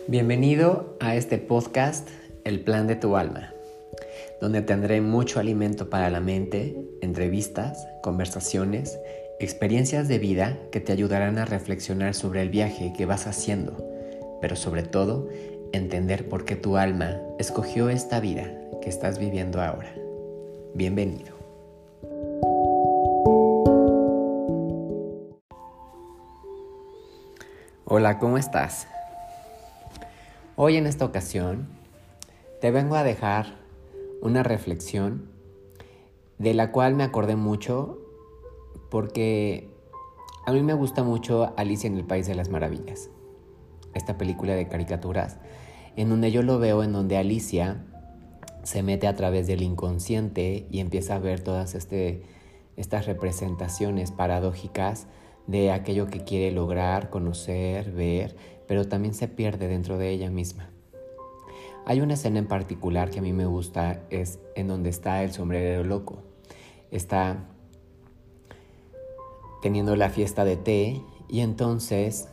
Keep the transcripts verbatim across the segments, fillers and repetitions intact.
Bienvenido a este podcast, El Plan de tu Alma, donde tendré mucho alimento para la mente, entrevistas, conversaciones, experiencias de vida que te ayudarán a reflexionar sobre el viaje que vas haciendo, pero sobre todo, entender por qué tu alma escogió esta vida que estás viviendo ahora. Bienvenido. Hola, ¿cómo estás? Hoy en esta ocasión te vengo a dejar una reflexión de la cual me acordé mucho porque a mí me gusta mucho Alicia en el País de las Maravillas, esta película de caricaturas en donde yo lo veo en donde Alicia se mete a través del inconsciente y empieza a ver todas este, estas representaciones paradójicas de aquello que quiere lograr, conocer, ver, pero también se pierde dentro de ella misma. Hay una escena en particular que a mí me gusta, es en donde está el sombrerero loco. Está teniendo la fiesta de té y entonces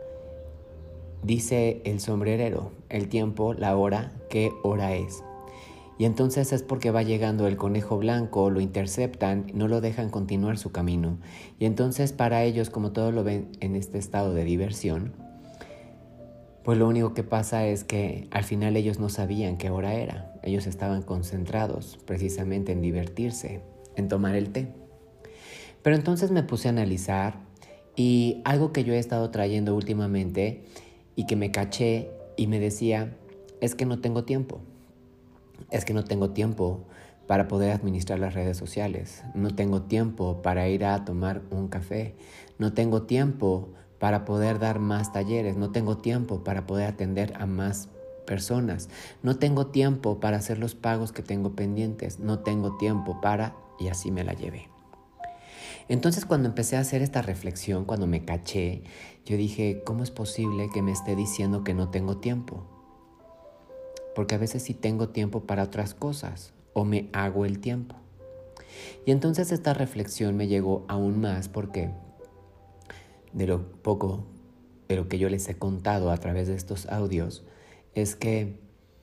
dice el sombrerero, el tiempo, la hora, qué hora es. Y entonces es porque va llegando el conejo blanco, lo interceptan, no lo dejan continuar su camino. Y entonces para ellos, como todos lo ven en este estado de diversión, pues lo único que pasa es que al final ellos no sabían qué hora era. Ellos estaban concentrados precisamente en divertirse, en tomar el té. Pero entonces me puse a analizar y algo que yo he estado trayendo últimamente y que me caché y me decía, es que no tengo tiempo. Es que no tengo tiempo para poder administrar las redes sociales. No tengo tiempo para ir a tomar un café. No tengo tiempo para poder dar más talleres. No tengo tiempo para poder atender a más personas. No tengo tiempo para hacer los pagos que tengo pendientes. No tengo tiempo para... Y así me la llevé. Entonces cuando empecé a hacer esta reflexión, cuando me caché, yo dije, ¿cómo es posible que me esté diciendo que no tengo tiempo? Porque a veces sí tengo tiempo para otras cosas o me hago el tiempo. Y entonces esta reflexión me llegó aún más porque de lo poco de lo que yo les he contado a través de estos audios es que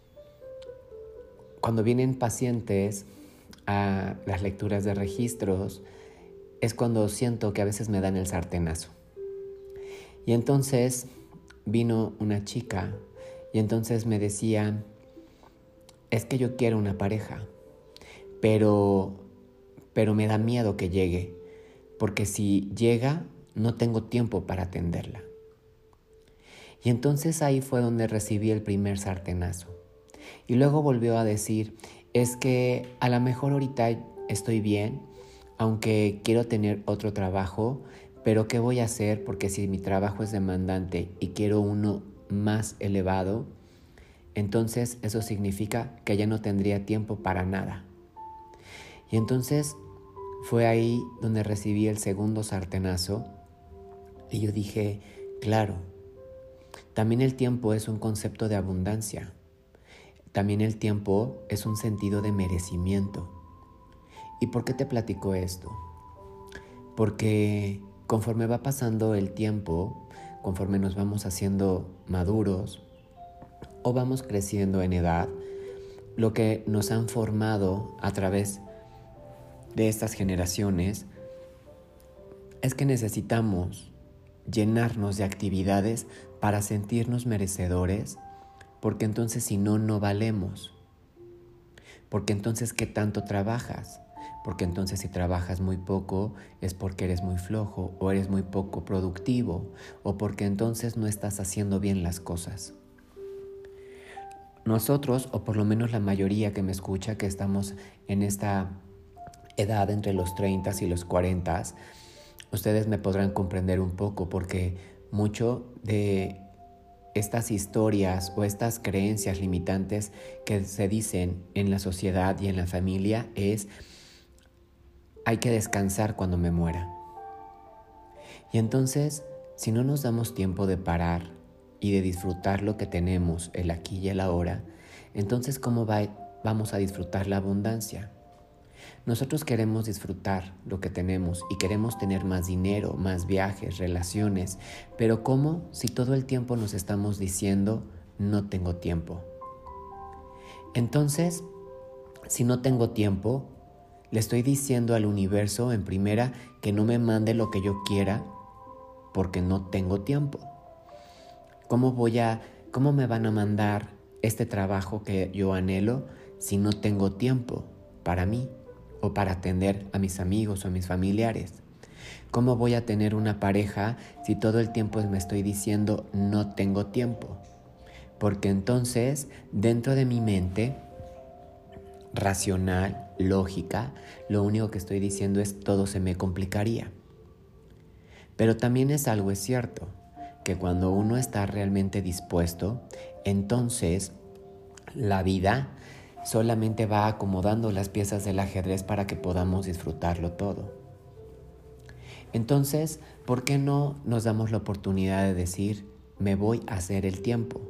cuando vienen pacientes a las lecturas de registros es cuando siento que a veces me dan el sartenazo. Y entonces vino una chica y entonces me decía, es que yo quiero una pareja, pero, pero me da miedo que llegue, porque si llega, no tengo tiempo para atenderla. Y entonces ahí fue donde recibí el primer sartenazo. Y luego volvió a decir, es que a lo mejor ahorita estoy bien, aunque quiero tener otro trabajo, pero ¿qué voy a hacer? Porque si mi trabajo es demandante y quiero uno más elevado, entonces eso significa que ya no tendría tiempo para nada. Y entonces fue ahí donde recibí el segundo sartenazo y yo dije, claro, también el tiempo es un concepto de abundancia. También el tiempo es un sentido de merecimiento. ¿Y por qué te platico esto? Porque conforme va pasando el tiempo, conforme nos vamos haciendo maduros, o vamos creciendo en edad, lo que nos han formado a través de estas generaciones es que necesitamos llenarnos de actividades para sentirnos merecedores, porque entonces si no, no valemos. Porque entonces, ¿qué tanto trabajas? Porque entonces si trabajas muy poco es porque eres muy flojo o eres muy poco productivo o porque entonces no estás haciendo bien las cosas. Nosotros, o por lo menos la mayoría que me escucha, que estamos en esta edad entre los treinta y los cuarenta, ustedes me podrán comprender un poco porque mucho de estas historias o estas creencias limitantes que se dicen en la sociedad y en la familia es hay que descansar cuando me muera. Y entonces, si no nos damos tiempo de parar y de disfrutar lo que tenemos, el aquí y el ahora, entonces ¿cómo va, vamos a disfrutar la abundancia? Nosotros queremos disfrutar lo que tenemos y queremos tener más dinero, más viajes, relaciones, pero ¿cómo si todo el tiempo nos estamos diciendo no tengo tiempo. Entonces, si no tengo tiempo, le estoy diciendo al universo en primera que no me mande lo que yo quiera porque no tengo tiempo. ¿Cómo voy a, cómo me van a mandar este trabajo que yo anhelo si no tengo tiempo para mí o para atender a mis amigos o a mis familiares? ¿Cómo voy a tener una pareja si todo el tiempo me estoy diciendo no tengo tiempo? Porque entonces, dentro de mi mente racional, lógica, lo único que estoy diciendo es todo se me complicaría. Pero también es algo es cierto, que cuando uno está realmente dispuesto, entonces la vida solamente va acomodando las piezas del ajedrez para que podamos disfrutarlo todo. Entonces, ¿por qué no nos damos la oportunidad de decir, me voy a hacer el tiempo?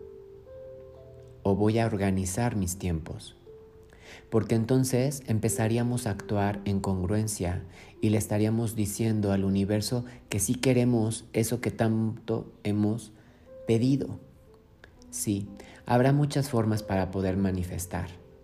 O voy a organizar mis tiempos. Porque entonces empezaríamos a actuar en congruencia y le estaríamos diciendo al universo que sí queremos eso que tanto hemos pedido. Sí, habrá muchas formas para poder manifestar.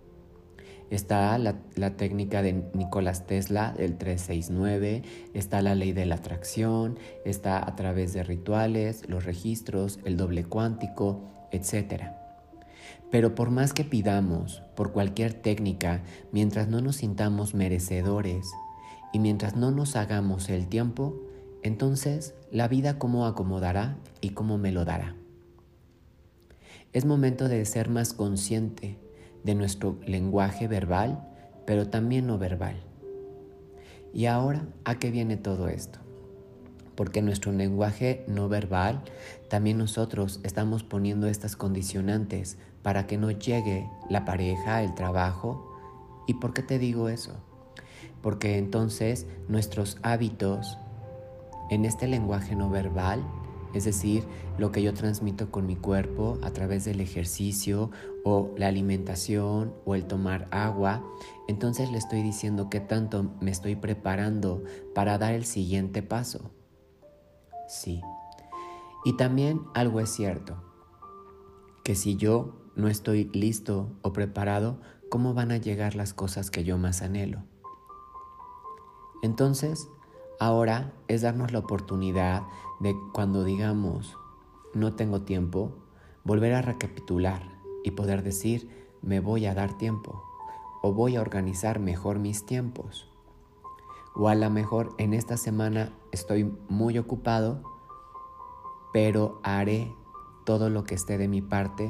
Está la, la técnica de Nikola Tesla, el trescientos sesenta y nueve, está la ley de la atracción, está a través de rituales, los registros, el doble cuántico, etcétera. Pero por más que pidamos por cualquier técnica, mientras no nos sintamos merecedores y mientras no nos hagamos el tiempo, entonces la vida cómo acomodará y cómo me lo dará. Es momento de ser más consciente de nuestro lenguaje verbal, pero también no verbal. Y ahora, ¿a qué viene todo esto? Porque nuestro lenguaje no verbal, también nosotros estamos poniendo estas condicionantes para que no llegue la pareja, el trabajo. ¿Y por qué te digo eso? Porque entonces nuestros hábitos en este lenguaje no verbal, es decir, lo que yo transmito con mi cuerpo a través del ejercicio o la alimentación o el tomar agua, entonces le estoy diciendo qué tanto me estoy preparando para dar el siguiente paso. Sí. Y también algo es cierto, que si yo no estoy listo o preparado, ¿cómo van a llegar las cosas que yo más anhelo? Entonces, ahora es darnos la oportunidad de cuando digamos, no tengo tiempo, volver a recapitular y poder decir, me voy a dar tiempo o voy a organizar mejor mis tiempos. O a lo mejor en esta semana estoy muy ocupado, pero haré todo lo que esté de mi parte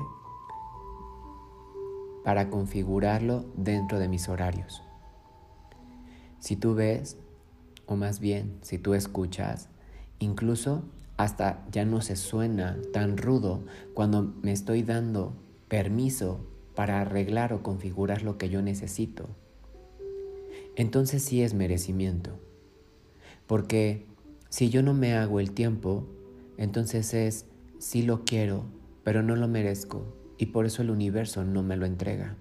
para configurarlo dentro de mis horarios. Si tú ves, o más bien, si tú escuchas, incluso hasta ya no se suena tan rudo cuando me estoy dando permiso para arreglar o configurar lo que yo necesito. Entonces sí es merecimiento. Porque si yo no me hago el tiempo, entonces es, sí lo quiero, pero no lo merezco. Y por eso el universo no me lo entrega.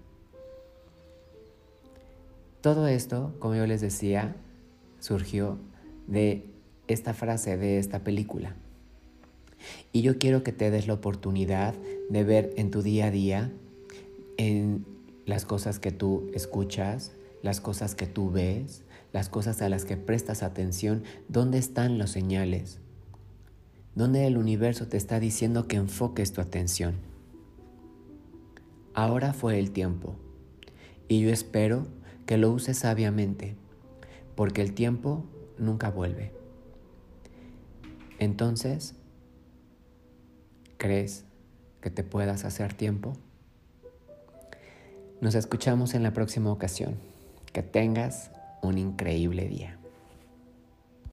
Todo esto, como yo les decía, surgió de esta frase de esta película. Y yo quiero que te des la oportunidad de ver en tu día a día, en las cosas que tú escuchas, las cosas que tú ves, las cosas a las que prestas atención, ¿dónde están los señales? ¿Dónde el universo te está diciendo que enfoques tu atención? Ahora fue el tiempo, y yo espero que lo uses sabiamente, porque el tiempo nunca vuelve. Entonces, ¿crees que te puedas hacer tiempo? Nos escuchamos en la próxima ocasión. Que tengas un increíble día.